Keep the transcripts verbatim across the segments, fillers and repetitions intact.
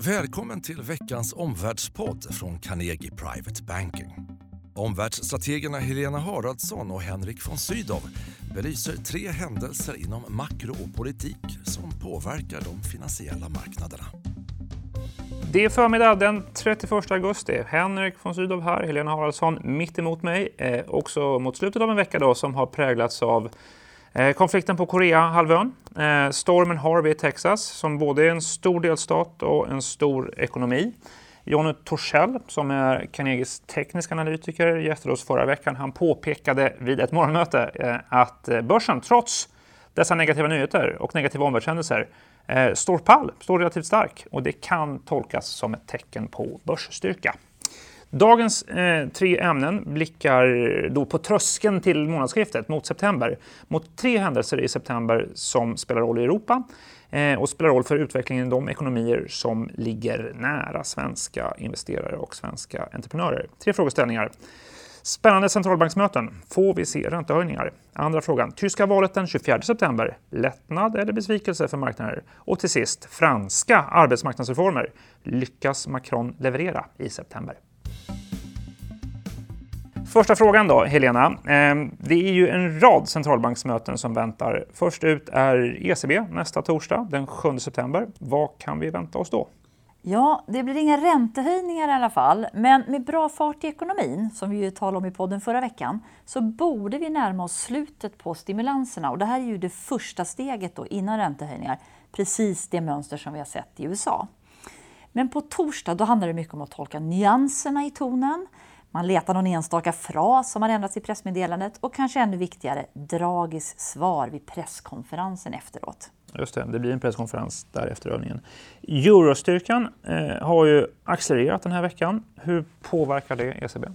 Välkommen till veckans omvärldspodd från Carnegie Private Banking. Omvärldsstrategerna Helena Haraldsson och Henrik von Sydow belyser tre händelser inom makro och politik som påverkar de finansiella marknaderna. Det är förmiddag den trettioförsta augusti. Henrik von Sydow här, Helena Haraldsson mitt emot mig. Eh, också mot slutet av en vecka då, som har präglats av eh, konflikten på Korea-halvön. Eh, stormen Harvey i Texas som både är en stor delstat och en stor ekonomi. Jonny Torssell som är Carnegies tekniska analytiker gästade oss förra veckan. Han påpekade vid ett morgonmöte eh, att börsen trots dessa negativa nyheter och negativa omvärldshändelser eh, står pall, står relativt stark och det kan tolkas som ett tecken på börsstyrka. Dagens eh, tre ämnen blickar då på tröskeln till månadsskiftet mot september, mot tre händelser i september som spelar roll i Europa eh, och spelar roll för utvecklingen i de ekonomier som ligger nära svenska investerare och svenska entreprenörer. Tre frågeställningar. Spännande centralbanksmöten. Får vi se räntehöjningar? Andra frågan. Tyska valet den tjugofjärde september. Lättnad eller besvikelse för marknader? Och till sist, franska arbetsmarknadsreformer. Lyckas Macron leverera i september? Första frågan då, Helena. Det är ju en rad centralbanksmöten som väntar. Först ut är E C B nästa torsdag, den sjunde september. Vad kan vi vänta oss då? Ja, det blir inga räntehöjningar i alla fall. Men med bra fart i ekonomin, som vi ju talade om i podden förra veckan, så borde vi närma oss slutet på stimulanserna. Och det här är ju det första steget då innan räntehöjningar. Precis det mönster som vi har sett i U S A. Men på torsdag då handlar det mycket om att tolka nyanserna i tonen. Man letar någon enstaka fras som har ändrats i pressmeddelandet och kanske ännu viktigare, Draghis svar vid presskonferensen efteråt. Just det, det blir en presskonferens där efter övningen. Eurostyrkan eh, har ju accelererat den här veckan. Hur påverkar det E C B?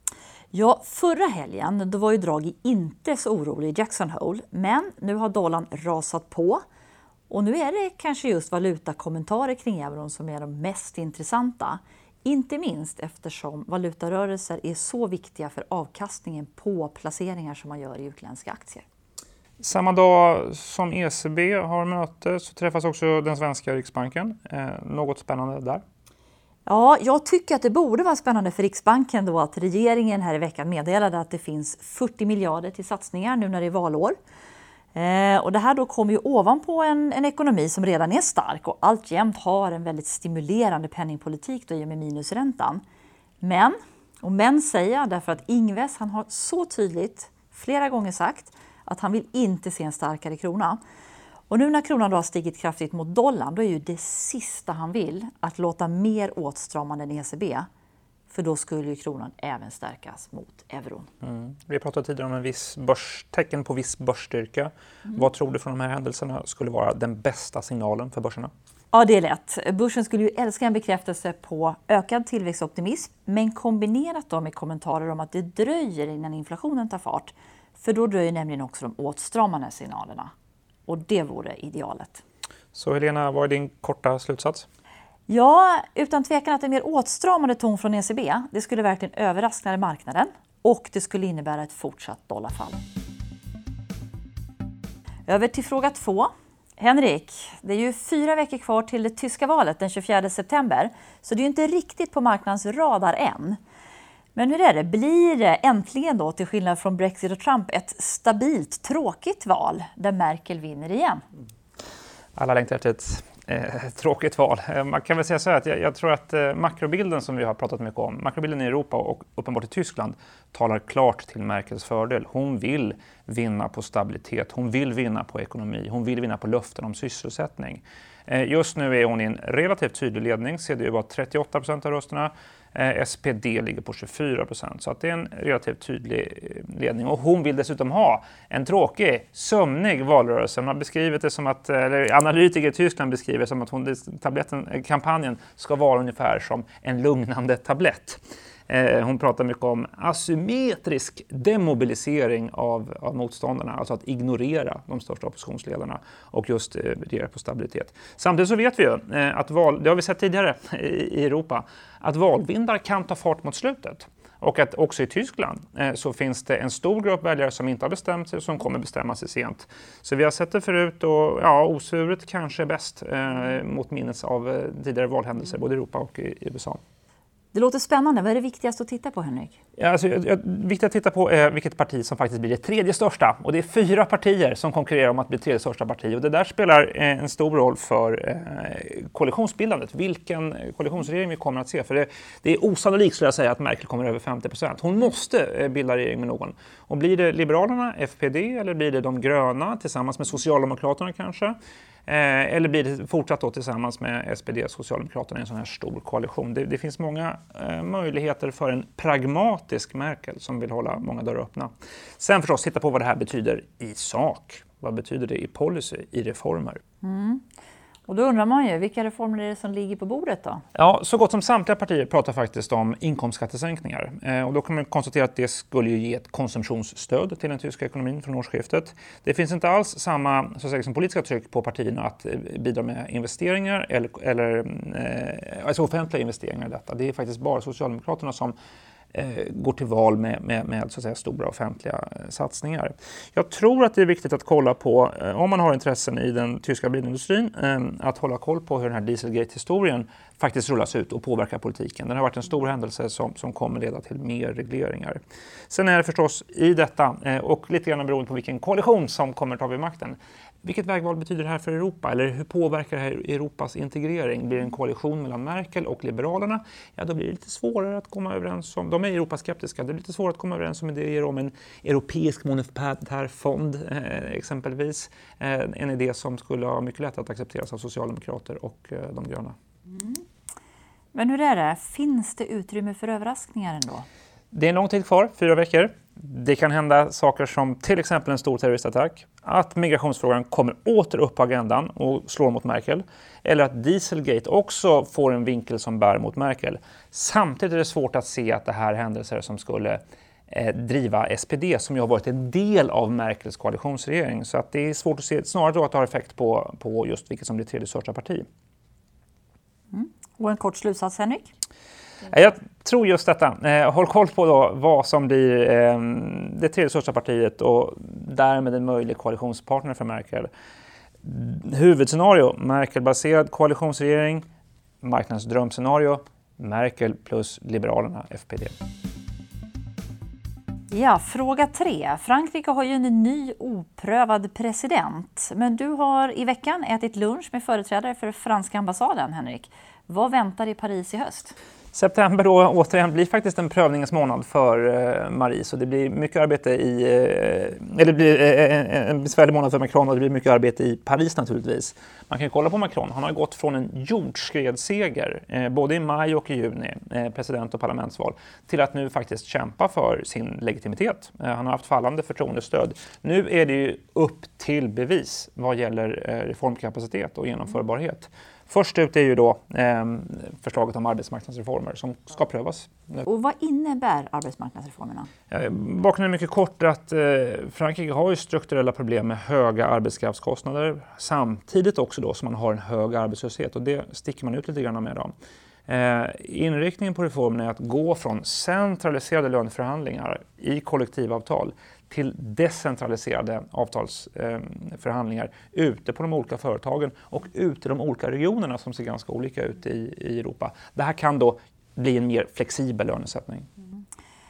Ja, förra helgen då var ju Draghi inte så orolig i Jackson Hole, men nu har dollarn rasat på. Och nu är det kanske just valutakommentarer kring euron som är de mest intressanta. Inte minst eftersom valutarörelser är så viktiga för avkastningen på placeringar som man gör i utländska aktier. Samma dag som E C B har möte så träffas också den svenska Riksbanken. Eh, något spännande där? Ja, jag tycker att det borde vara spännande för Riksbanken då att regeringen här i veckan meddelade att det finns fyrtio miljarder till satsningar nu när det är valår. Eh, och det här då kommer ju ovanpå en, en ekonomi som redan är stark och alltjämt har en väldigt stimulerande penningpolitik då i och med minusräntan. Men, och men säger jag därför att Ingves han har så tydligt flera gånger sagt att han vill inte se en starkare krona. Och nu när kronan då har stigit kraftigt mot dollarn då är ju det sista han vill att låta mer åtstramande än E C B. För då skulle ju kronan även stärkas mot euron. Mm. Vi pratade tidigare om en viss börs, tecken på viss börsstyrka. Mm. Vad tror du från de här händelserna skulle vara den bästa signalen för börserna? Ja, det är lätt. Börsen skulle ju älska en bekräftelse på ökad tillväxtoptimism. Men kombinerat då med kommentarer om att det dröjer innan inflationen tar fart. För då dröjer nämligen också de åtstramande signalerna. Och det vore idealet. Så Helena, vad är din korta slutsats? Ja, utan tvekan att en mer åtstramande ton från E C B, det skulle verkligen överraska marknaden och det skulle innebära ett fortsatt dollarfall. Över till fråga två. Henrik, det är ju fyra veckor kvar till det tyska valet den tjugofjärde september, så det är ju inte riktigt på marknadens radar än. Men hur är det? Blir det äntligen då, till skillnad från Brexit och Trump, ett stabilt, tråkigt val där Merkel vinner igen? Alla längtar efter ett eh, tråkigt val. Man kan väl säga så här att jag, jag tror att eh, makrobilden som vi har pratat mycket om, makrobilden i Europa och uppenbart i Tyskland talar klart till Merkels fördel. Hon vill vinna på stabilitet, hon vill vinna på ekonomi, hon vill vinna på löften om sysselsättning. Eh, just nu är hon i en relativt tydlig ledning, C D U var trettioåtta procent av rösterna. S P D ligger på tjugofyra procent, så att det är en relativt tydlig ledning. Och hon vill dessutom ha en tråkig, sömnig valrörelse. Man har beskrivit det som att, eller analytiker i Tyskland beskriver det som att hon, tabletten, kampanjen ska vara ungefär som en lugnande tablett. Hon pratar mycket om asymmetrisk demobilisering av, av motståndarna, alltså att ignorera de största oppositionsledarna och just eh, regera på stabilitet. Samtidigt så vet vi ju eh, att val, det har vi sett tidigare i, i Europa, att valvindar kan ta fart mot slutet. Och att också i Tyskland eh, så finns det en stor grupp väljare som inte har bestämt sig och som kommer bestämma sig sent. Så vi har sett det förut och ja, osuret kanske är bäst eh, mot minnes av eh, tidigare valhändelser både i Europa och i, i U S A. Det låter spännande. Vad är det viktigaste att titta på, Henrik? Ja, alltså, viktigt att titta på är vilket parti som faktiskt blir det tredje största. Och det är fyra partier som konkurrerar om att bli tredje största parti. Och det där spelar eh, en stor roll för eh, koalitionsbildandet. Vilken koalitionsregering vi kommer att se. För det, det är osannolikt, skulle jag säga, att Merkel kommer över femtio procent. Hon måste eh, bilda regering med någon. Och blir det Liberalerna, F P D, eller blir det de gröna tillsammans med Socialdemokraterna kanske? Eh, eller blir det fortsatt då tillsammans med S P D och Socialdemokraterna i en sån här stor koalition? Det, det finns många eh, möjligheter för en pragmatisk Merkel som vill hålla många dörrar öppna. Sen förstås titta på vad det här betyder i sak. Vad betyder det i policy, i reformer? Mm. Och då undrar man ju, vilka reformer är det som ligger på bordet då? Ja, så gott som samtliga partier pratar faktiskt om inkomstskattesänkningar. Eh, och då kan man konstatera att det skulle ju ge ett konsumtionsstöd till den tyska ekonomin från årsskiftet. Det finns inte alls samma så att säga, som politiska tryck på partierna att eh, bidra med investeringar eller, eller eh, alltså offentliga investeringar i detta. Det är faktiskt bara Socialdemokraterna som eh, går till val med, med, med så att säga, stora offentliga eh, satsningar. Jag tror att det är viktigt att kolla på, eh, om man har intressen i den tyska bilindustrin, eh, att hålla koll på hur den här Dieselgate-historien faktiskt rullas ut och påverkar politiken. Den har varit en stor händelse som, som kommer leda till mer regleringar. Sen är det förstås i detta, eh, och lite grann beroende på vilken koalition som kommer ta vid makten, vilket vägval betyder det här för Europa? Eller hur påverkar det här Europas integrering? Blir det en koalition mellan Merkel och Liberalerna? Ja, då blir det lite svårare att komma överens om. De är Europaskeptiska. Det är lite svårare att komma överens om idéer om en europeisk monetär fond eh, exempelvis. Eh, en idé som skulle ha mycket lätt att accepteras av socialdemokrater och eh, de gröna. Mm. Men hur är det? Finns det utrymme för överraskningar ändå? Det är en lång tid kvar, fyra veckor. Det kan hända saker som till exempel en stor terroristattack, att migrationsfrågan kommer åter upp på agendan och slår mot Merkel, eller att Dieselgate också får en vinkel som bär mot Merkel. Samtidigt är det svårt att se att det här är händelser som skulle eh, driva S P D, som ju har varit en del av Merkels koalitionsregering. Så att det är svårt att se, snarare då att det har effekt på, på just vilket som blir tredje största parti. Mm. Och en kort slutsats, Henrik? Jag tror just detta. Eh, håll koll på då vad som blir eh, det tredje största partiet och därmed en möjlig koalitionspartner för Merkel. Huvudscenario, Merkel-baserad koalitionsregering. Marknadens drömscenario, Merkel plus Liberalerna, F P D. Ja, fråga tre. Frankrike har ju en ny oprövad president. Men du har i veckan ätit lunch med företrädare för franska ambassaden, Henrik. Vad väntar i Paris i höst? September då återigen blir faktiskt en prövningens månad för eh, Marie, så det blir mycket arbete i, eh, eller det blir eh, en besvärlig månad för Macron och det blir mycket arbete i Paris naturligtvis. Man kan ju kolla på Macron, han har gått från en jordskredsseger eh, både i maj och i juni, eh, president- och parlamentsval, till att nu faktiskt kämpa för sin legitimitet. Eh, han har haft fallande förtroendestöd. Nu är det ju upp till bevis vad gäller eh, reformkapacitet och genomförbarhet. Först ut är ju då eh, förslaget om arbetsmarknadsreformer som ska prövas. Och vad innebär arbetsmarknadsreformerna? Eh, bakgrunden är mycket kort att eh, Frankrike har ju strukturella problem med höga arbetskraftskostnader samtidigt också då som man har en hög arbetslöshet, och det sticker man ut lite grann med då. Eh, inriktningen på reformen är att gå från centraliserade löneförhandlingar i kollektivavtal till decentraliserade avtalsförhandlingar eh, ute på de olika företagen och ute i de olika regionerna som ser ganska olika ut i, i Europa. Det här kan då bli en mer flexibel lönesättning. Mm.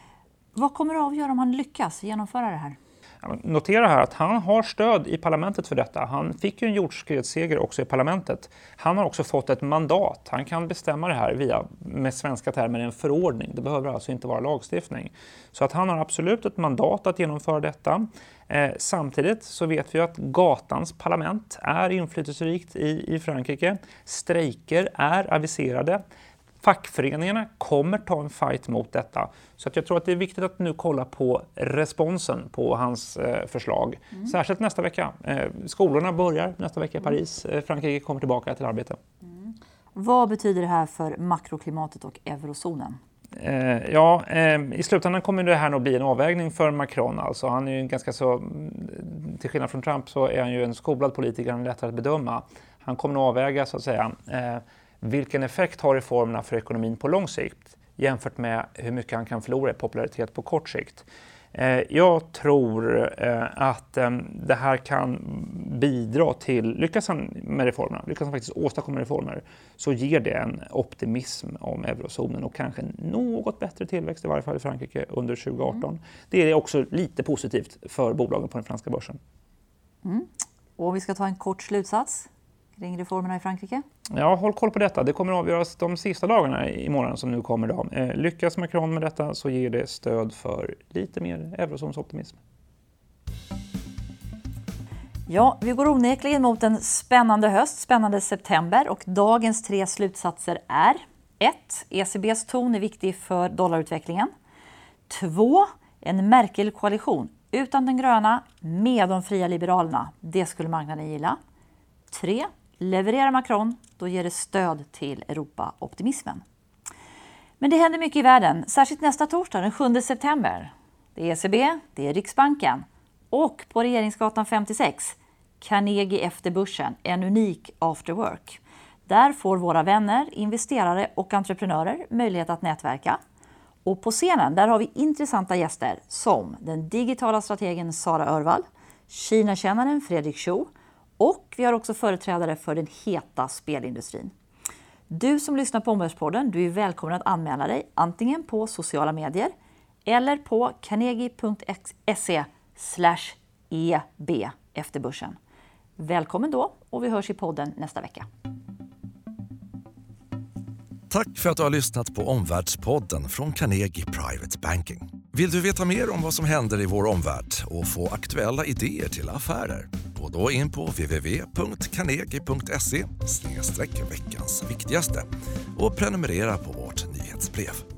Vad kommer att avgöra om han lyckas genomföra det här? Notera här att han har stöd i parlamentet för detta. Han fick ju en jordskredsseger också i parlamentet. Han har också fått ett mandat. Han kan bestämma det här via, med svenska termer, en förordning. Det behöver alltså inte vara lagstiftning. Så att han har absolut ett mandat att genomföra detta. Eh, samtidigt så vet vi att gatans parlament är inflytelserikt i, i Frankrike. Strejker är aviserade. Fackföreningarna kommer ta en fight mot detta. Så att jag tror att det är viktigt att nu kolla på responsen på hans eh, förslag. Mm. Särskilt nästa vecka. Eh, skolorna börjar nästa vecka i Paris. Eh, Frankrike kommer tillbaka till arbete. Mm. Vad betyder det här för makroklimatet och eurozonen? Eh, ja, eh, i slutändan kommer det här nog bli en avvägning för Macron. Alltså, han är ju en ganska så, till skillnad från Trump så är han ju en skolad politiker, han är lättare att bedöma. Han kommer att avväga så att säga. Eh, Vilken effekt har reformerna för ekonomin på lång sikt? jämfört med hur mycket han kan förlora i popularitet på kort sikt. Jag tror att det här kan bidra till, lyckas han med reformerna, lyckas han faktiskt åstadkomma reformer, så ger det en optimism om eurozonen och kanske något bättre tillväxt i varje fall i Frankrike under tjugo arton. Mm. Det är också lite positivt för bolagen på den franska börsen. Mm. Och vi ska ta en kort slutsats kring reformerna i Frankrike. Ja, håll koll på detta. Det kommer att avgöras de sista dagarna i morgon som nu kommer då. Eh, lyckas Macron med detta så ger det stöd för lite mer eurozonsoptimism. Ja, vi går onekligen mot en spännande höst, spännande september, och dagens tre slutsatser är: ett. E C B:s ton är viktig för dollarutvecklingen. två. En Merkel-koalition utan den gröna med de fria liberalerna. Det skulle marknaden gilla. tre. Levererar Macron, då ger det stöd till Europa-optimismen. Men det händer mycket i världen, särskilt nästa torsdag den sjunde september. Det är E C B, det är Riksbanken och på Regeringsgatan femtiosex, Carnegie efter börsen, en unik afterwork. Där får våra vänner, investerare och entreprenörer möjlighet att nätverka. Och på scenen där har vi intressanta gäster som den digitala strategen Sara Örvall, Kina-kännaren Fredrik Xu, och vi har också företrädare för den heta spelindustrin. Du som lyssnar på Omvärldspodden, du är välkommen att anmäla dig antingen på sociala medier eller på carnegie punkt se slash eb efter börsen. Välkommen då, och vi hörs i podden nästa vecka. Tack för att du har lyssnat på Omvärldspodden från Carnegie Private Banking. Vill du veta mer om vad som händer i vår omvärld och få aktuella idéer till affärer? Gå då in på w w w punkt carnegie punkt se slash veckans viktigaste och prenumerera på vårt nyhetsbrev.